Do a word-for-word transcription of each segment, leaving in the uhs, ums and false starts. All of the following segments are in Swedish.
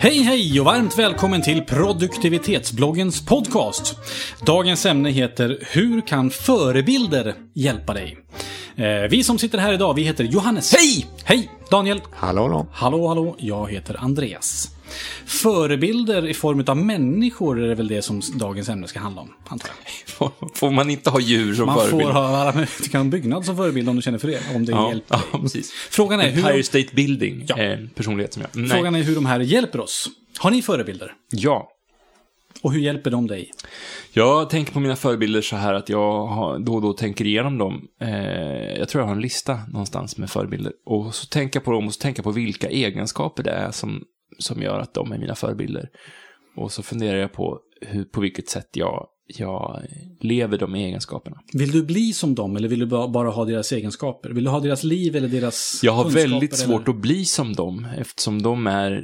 Hej hej och varmt välkommen till produktivitetsbloggens podcast. Dagens ämne heter Hur kan förebilder hjälpa dig? Eh, vi som sitter här idag, vi heter Johannes. Hej! Hej! Daniel. Hallå, hallå. Hallå, hallå. Jag heter Andreas. Förebilder i form av människor är väl det som dagens ämne ska handla om, antar jag. Får man inte ha djur som man förebild? Man får ha alla möjliga byggnad som förebild om du känner för det, om det ja, hjälper dig. Ja, precis. Frågan är hur Empire State Building, ja. eh, personlighet som jag. Nej. Frågan är hur de här hjälper oss. Har ni förebilder? Ja. Och hur hjälper de dig? Jag tänker på mina förebilder så här att jag har, då och då tänker igenom dem. Eh, jag tror jag har en lista någonstans med förebilder. Och så tänker jag på dem och så tänker jag på vilka egenskaper det är som, som gör att de är mina förebilder. Och så funderar jag på hur, på vilket sätt jag, jag lever de egenskaperna. Vill du bli som dem eller vill du bara ha deras egenskaper? Vill du ha deras liv eller deras Jag har väldigt svårt eller? att bli som dem eftersom de är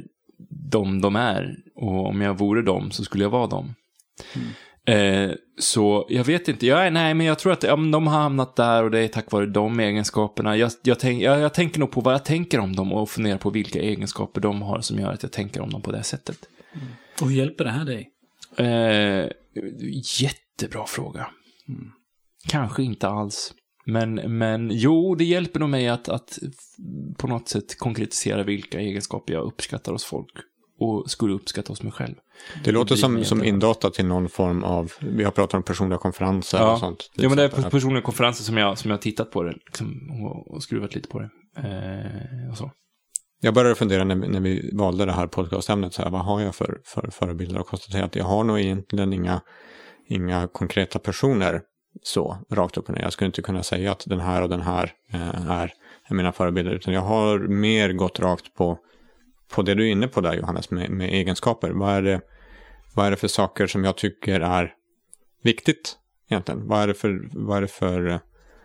de de är. Och om jag vore dem så skulle jag vara dem. Mm. Eh, så jag vet inte. Jag, nej, men jag tror att ja, de har hamnat där och det är tack vare de egenskaperna. Jag, jag, tänk, jag, jag tänker nog på vad jag tänker om dem och funderar på vilka egenskaper de har som gör att jag tänker om dem på det sättet. Mm. Och hur hjälper det här dig? Eh, jättebra fråga. Mm. Kanske inte alls. Men, men jo, det hjälper nog mig att, att på något sätt konkretisera vilka egenskaper jag uppskattar hos folk och skulle uppskatta hos mig själv. Det låter som, som indata till någon form av, vi har pratat om personliga konferenser ja. och sånt. Ja, men det är personliga konferenser som jag, som jag har tittat på det liksom, och, och skruvat lite på det. Eh, och så. Jag började fundera när, när vi valde det här podcastämnet, så här, vad har jag för, för förebilder, och konstatera att jag har nog egentligen inga, inga konkreta personer så rakt upp och ner. Jag skulle inte kunna säga att den här och den här eh, är, är mina förebilder, utan jag har mer gått rakt på, på det du är inne på där, Johannes, med, med egenskaper. Vad är det, vad är det för saker som jag tycker är viktigt egentligen? Vad är det för, vad är det för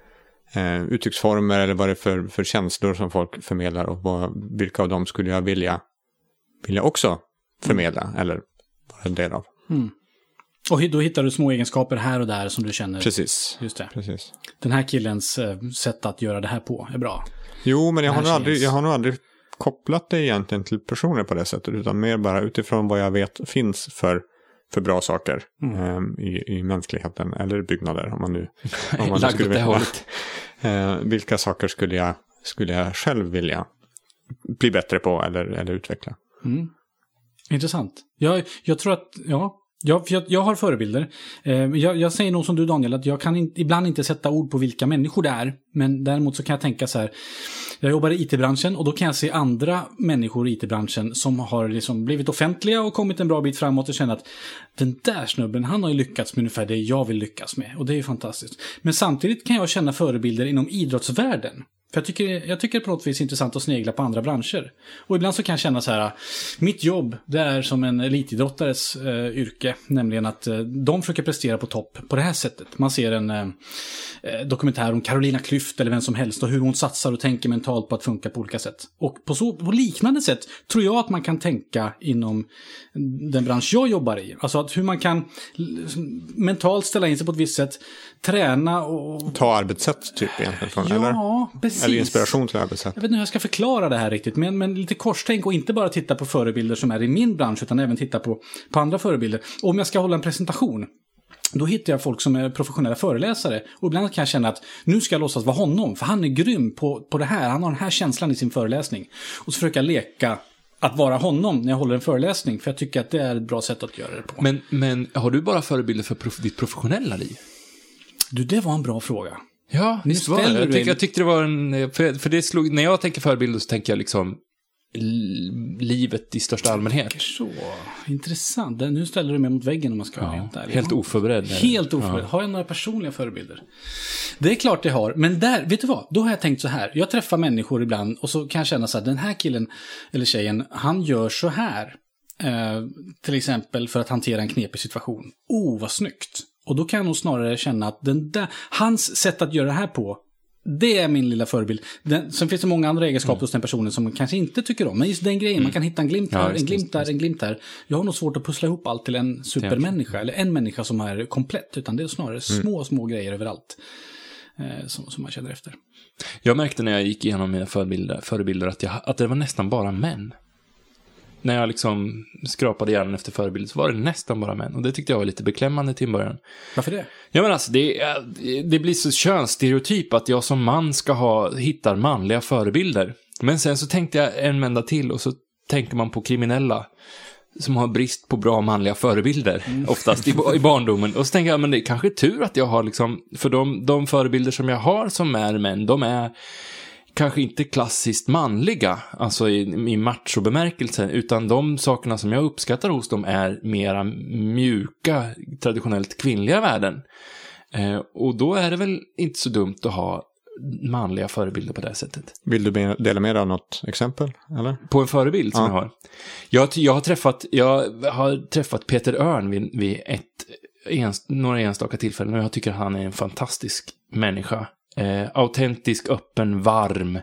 eh, uttrycksformer eller vad är det för, för känslor som folk förmedlar, och vad, vilka av dem skulle jag vilja, vilja också förmedla mm. eller vara en del av? Mm. Och då hittar du små egenskaper här och där som du känner. Precis. Just det. Precis. Den här killens eh, sätt att göra det här på är bra. Jo, men jag har, nog aldrig, jag har nog aldrig kopplat det egentligen till personer på det sättet, utan mer bara utifrån vad jag vet finns för, för bra saker mm. eh, i, i mänskligheten eller byggnader, om man nu, om man nu skulle vilja. Eh, vilka saker skulle jag, skulle jag själv vilja bli bättre på eller, eller utveckla? Mm. Intressant. Jag, jag tror att, ja... Ja, för jag, jag har förebilder. Eh, jag, jag säger nog som du, Daniel, att jag kan in, ibland inte sätta ord på vilka människor det är. Men däremot så kan jag tänka så här. Jag jobbar i I T-branschen och då kan jag se andra människor i I T-branschen som har liksom blivit offentliga och kommit en bra bit framåt och känna att den där snubben, han har ju lyckats med ungefär det jag vill lyckas med. Och det är ju fantastiskt. Men samtidigt kan jag känna förebilder inom idrottsvärlden. För jag tycker, jag tycker på något vis intressant att snegla på andra branscher. Och ibland så kan jag känna så här, mitt jobb det är som en elitidrottares eh, yrke. Nämligen att eh, de försöker prestera på topp på det här sättet. Man ser en eh, dokumentär om Carolina Klüft eller vem som helst och hur hon satsar och tänker mentalt på att funka på olika sätt. Och på, så, på liknande sätt tror jag att man kan tänka inom den bransch jag jobbar i. Alltså att hur man kan mentalt ställa in sig på ett visst sätt, träna och... Ta arbetssätt typ egentligen från, ja, eller? Precis. Eller inspiration till arbetssätt. Jag vet inte hur jag ska förklara det här riktigt, men, men lite korstänk och inte bara titta på förebilder som är i min bransch utan även titta på, på andra förebilder. Och om jag ska hålla en presentation, då hittar jag folk som är professionella föreläsare och ibland kan jag känna att nu ska jag låtsas vara honom, för han är grym på, på det här, han har den här känslan i sin föreläsning. Och så försöker jag leka att vara honom när jag håller en föreläsning, för jag tycker att det är ett bra sätt att göra det på. Men, men har du bara förebilder för prof- ditt professionella liv? Du, det var en bra fråga. Ja, visst var det. Jag, tyck, jag tyckte det var en... För, för det slog, när jag tänker förebilder så tänker jag liksom livet i största allmänhet. Så intressant. Nu ställer du mig mot väggen om man ska ja, vara helt ärlig. Helt oförberedd. Helt oförberedd. Ja. Har jag några personliga förebilder? Det är klart det har. Men där, vet du vad? Då har jag tänkt så här. Jag träffar människor ibland och så kan jag känna så här, den här killen eller tjejen, han gör så här. Eh, till exempel för att hantera en knepig situation. Oh, vad snyggt. Och då kan jag nog snarare känna att den där, hans sätt att göra det här på, det är min lilla förebild. Den, sen finns det många andra egenskaper mm. hos den personen som man kanske inte tycker om. Men just den grejen, mm. man kan hitta en glimt här, ja, en glimt där, en glimt där. Jag har nog svårt att pussla ihop allt till en supermänniska. Eller en människa som är komplett. Utan det är snarare mm. små, små grejer överallt. Eh, som, som man känner efter. Jag märkte när jag gick igenom mina förebilder, förebilder att, jag, att det var nästan bara män. när jag liksom skrapade hjärnan efter förebild så var det nästan bara män. Och det tyckte jag var lite beklämmande till början. Varför det? Ja, men alltså, det, det blir så könsstereotyp att jag som man ska ha, hittar manliga förebilder. Men sen så tänkte jag en vända till och så tänker man på kriminella som har brist på bra manliga förebilder, mm. oftast i, i barndomen. Och så tänker jag, men det är kanske tur att jag har liksom, för de, de förebilder som jag har som är män, de är kanske inte klassiskt manliga, alltså i, i macho-bemärkelsen, utan de sakerna som jag uppskattar hos dem är mera mjuka, traditionellt kvinnliga värden. Eh, och då är det väl inte så dumt att ha manliga förebilder på det sättet. Vill du dela med dig av något exempel, eller? På en förebild som ja. jag har. Jag, jag, har träffat, jag har träffat Peter Örn vid, vid ett, ens, några enstaka tillfällen och jag tycker att han är en fantastisk människa. Eh, autentisk, öppen, varm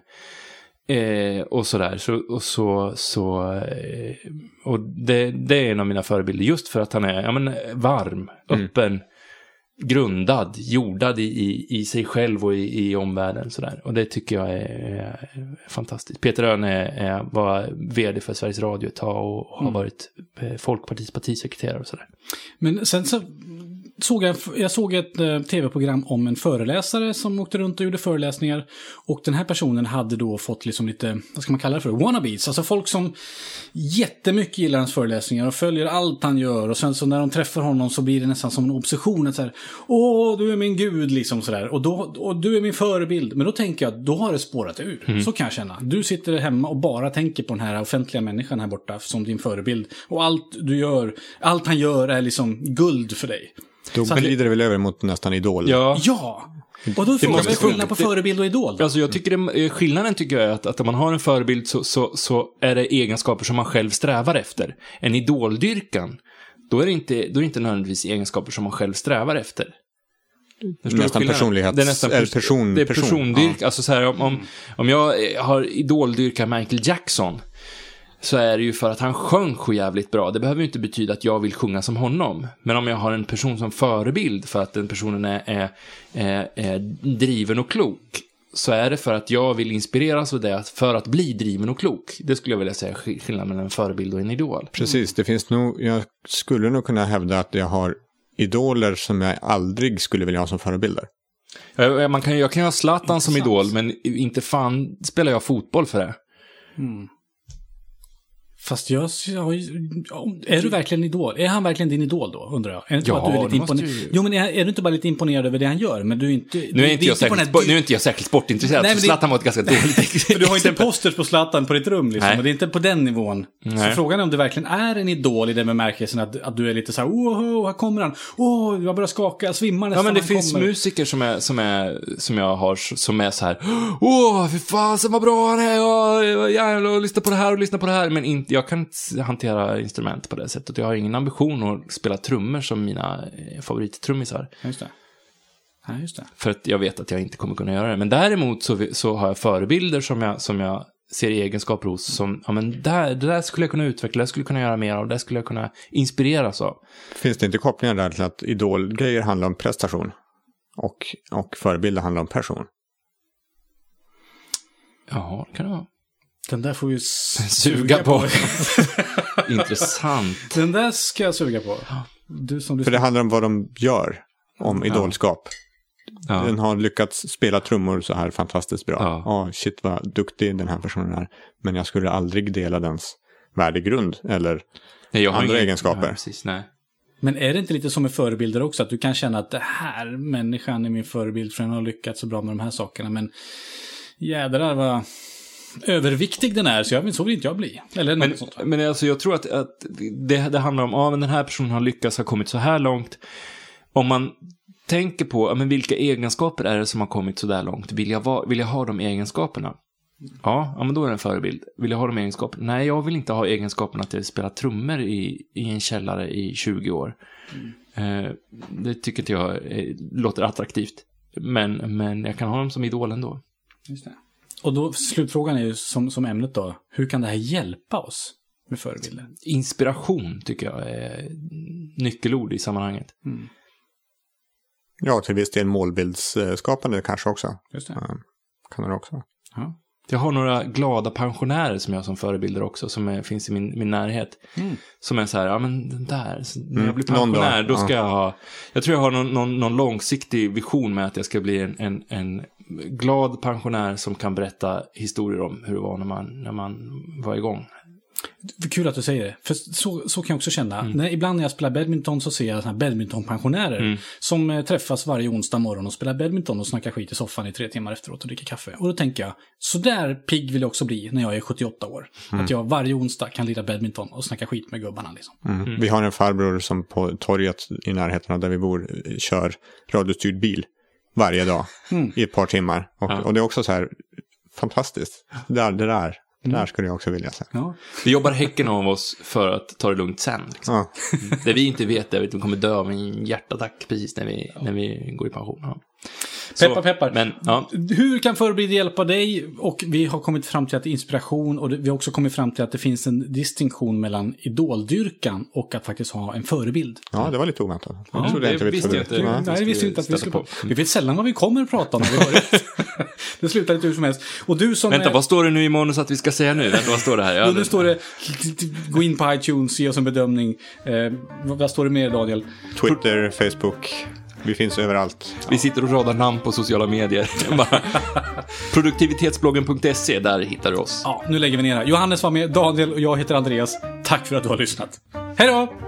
eh, och sådär. Så, och så, så, eh, och det, det är en av mina förebilder just för att han är ja, men, varm, öppen, mm. grundad, jordad i, i, i sig själv och i, i omvärlden. Sådär. Och det tycker jag är, är fantastiskt. Peter Örn är, är, var vd för Sveriges Radio ett tag och har mm. varit Folkpartiets partisekreterare och sådär. Men sen så såg jag, jag såg ett eh, tv-program om en föreläsare som åkte runt och gjorde föreläsningar. Och den här personen hade då fått liksom lite, vad ska man kalla det för, wannabes. Alltså folk som jättemycket gillar hans föreläsningar och följer allt han gör. Och sen så när de träffar honom så blir det nästan som en obsession. Så här, åh, du är min gud, liksom sådär. Och, då, och du är min förebild. Men då tänker jag, då har det spårat ur. Mm. Så kan jag känna. Du sitter hemma och bara tänker på den här offentliga människan här borta som din förebild. Och allt du gör, allt han gör är liksom guld för dig. Då glider det väl över mot nästan idol. Ja. ja. Och då får man skillnad på det, förebild och idol. Alltså jag tycker det, skillnaden tycker jag är att, att om man har en förebild så, så, så är det egenskaper som man själv strävar efter. En idoldyrkan, då är det inte, då är det inte nödvändigtvis egenskaper som man själv strävar efter. Nästan personlighet. Det är nästan pers- person, det är persondyrk. Ja. Alltså så här, om, om, om jag har idoldyrkat Michael Jackson så är det ju för att han sjöng så jävligt bra. Det behöver ju inte betyda att jag vill sjunga som honom. Men om jag har en person som förebild för att den personen är, är, är, är driven och klok, så är det för att jag vill inspireras av det för att bli driven och klok. Det skulle jag vilja säga skillnad mellan en förebild och en idol. Precis, det finns nog, jag skulle nog kunna hävda att jag har idoler som jag aldrig skulle vilja ha som förebilder. Jag, man kan, jag kan ha Zlatan som idol, men inte fan spelar jag fotboll för det. Mm. Fast jag, jag, är du verkligen idol? Är han verkligen din idol då, undrar jag? Är det inte ja, att du är lite imponer- ju... Jo, men är, är du inte bara lite imponerad över det han gör? Men du är inte... Nu är, inte jag inte särskilt, här... nu är inte jag särskilt sportintresserad, Nej, så Zlatan det... var ett ganska dåligt exempel. Du har inte posters på Zlatan på ditt rum, liksom, och det är inte på den nivån. Nej. Så frågan är om du verkligen är en idol i den bemärkelsen att, att du är lite så här, åh, här kommer han. Åh, jag börjar skaka, jag svimmar nästan. Ja, men det finns kommer. musiker som, är, som, är, som jag har som är så här, åh, fy fasen vad bra han är, och jävlar, lyssna på det här och lyssna på det här. Men inte, jag kan inte hantera instrument på det sättet. Jag har ingen ambition att spela trummor som mina favorittrummisar. Just det. Ja, just det. För att jag vet att jag inte kommer kunna göra det. Men däremot så, så har jag förebilder som jag, som jag ser i egenskaper hos. Som, ja men där, det där skulle jag kunna utveckla, det skulle jag kunna göra mer av, det skulle jag kunna inspireras av. Finns det inte kopplingar där till att idolgrejer handlar om prestation? Och, och förebilder handlar om person? Ja, det kan det vara. Den där får vi suga på. Intressant. Den där ska jag suga på. Du, som du För det handlar om vad de gör. Om ja. idolskap. Ja. Den har lyckats spela trummor så här fantastiskt bra. Ja, oh, shit vad duktig den här personen är. Men jag skulle aldrig dela dens värdegrund. Eller nej, jag har andra ingen... egenskaper. Ja, precis, nej. Men är det inte lite som med förebilder också? Att du kan känna att det här människan är min förebild för den har lyckats så bra med de här sakerna. Men jädrar vad... överviktig den är, så jag, så vill inte jag bli. Eller men, sånt. Men alltså jag tror att, att det, det handlar om, ja men den här personen har lyckats, har kommit så här långt. Om man tänker på, ja, men vilka egenskaper är det som har kommit så där långt? Vill jag, va, vill jag ha de egenskaperna? Ja, ja, men då är det en förebild. Vill jag ha de egenskaperna? Nej, jag vill inte ha egenskaperna att jag spelar trummor i, i en källare i tjugo år. Mm. Eh, det tycker inte jag eh, låter attraktivt. Men, men jag kan ha dem som idol ändå. Just det. Och då, slutfrågan är ju som, som ämnet då. Hur kan det här hjälpa oss med förebilder? Inspiration tycker jag är nyckelord i sammanhanget. Mm. Ja, till viss del målbildsskapande kanske också. Just det. Kan det också. Ja. Jag har några glada pensionärer som jag har som förebilder också, som är, finns i min, min närhet. Mm. Som är så här, ja men den där, så när jag blir pensionär, mm. då ska ja. jag ha, jag tror jag har någon, någon, någon långsiktig vision med att jag ska bli en, en, en glad pensionär som kan berätta historier om hur det var när man, när man var igång. Kul att du säger det, för så, så kan jag också känna. Mm. När, ibland när jag spelar badminton så ser jag såna här badmintonpensionärer mm. som eh, träffas varje onsdag morgon och spelar badminton och snackar skit i soffan i tre timmar efteråt och dricker kaffe. Och då tänker jag, så där pigg vill jag också bli när jag är sjuttioåtta år. Mm. Att jag varje onsdag kan lira badminton och snacka skit med gubbarna liksom. Mm. Mm. Vi har en farbror som på torget i närheten av där vi bor kör radiostyrd bil varje dag mm. i ett par timmar. Och, ja. och det är också så här fantastiskt. Det där, det där. Mm. Där skulle jag också vilja säga. Ja. Vi jobbar häcken av oss för att ta det lugnt sen. Liksom. Ja. Det vi inte vet är att vi kommer dö av en hjärtattack precis när vi, ja. när vi går i pension. Ja. Peppar, peppar. Men, ja. Hur kan förebilder hjälpa dig? Och vi har kommit fram till att det är inspiration, och vi har också kommit fram till att det finns en distinktion mellan idoldyrkan och att faktiskt ha en förebild. Ja, det var lite oväntat. Ja, jag trodde det, det visste jag inte. Ja. Nej, det visste inte att vi skulle på. Vi vet sällan vad vi kommer att prata om när vi hör det. Det slutar inte hur som helst. Och du som Vänta, är... vad står det nu i manus att vi ska säga nu? Vänta, vad står det här? Ja, nu står det, gå in på iTunes, ge oss en bedömning. Eh, vad står det mer, Daniel? Twitter, Facebook... Vi finns överallt. Vi sitter och radar namn på sociala medier. Produktivitetsbloggen punkt se, där hittar du oss. Ja, nu lägger vi ner här. Johannes var med, Daniel och jag heter Andreas. Tack för att du har lyssnat. Hej då!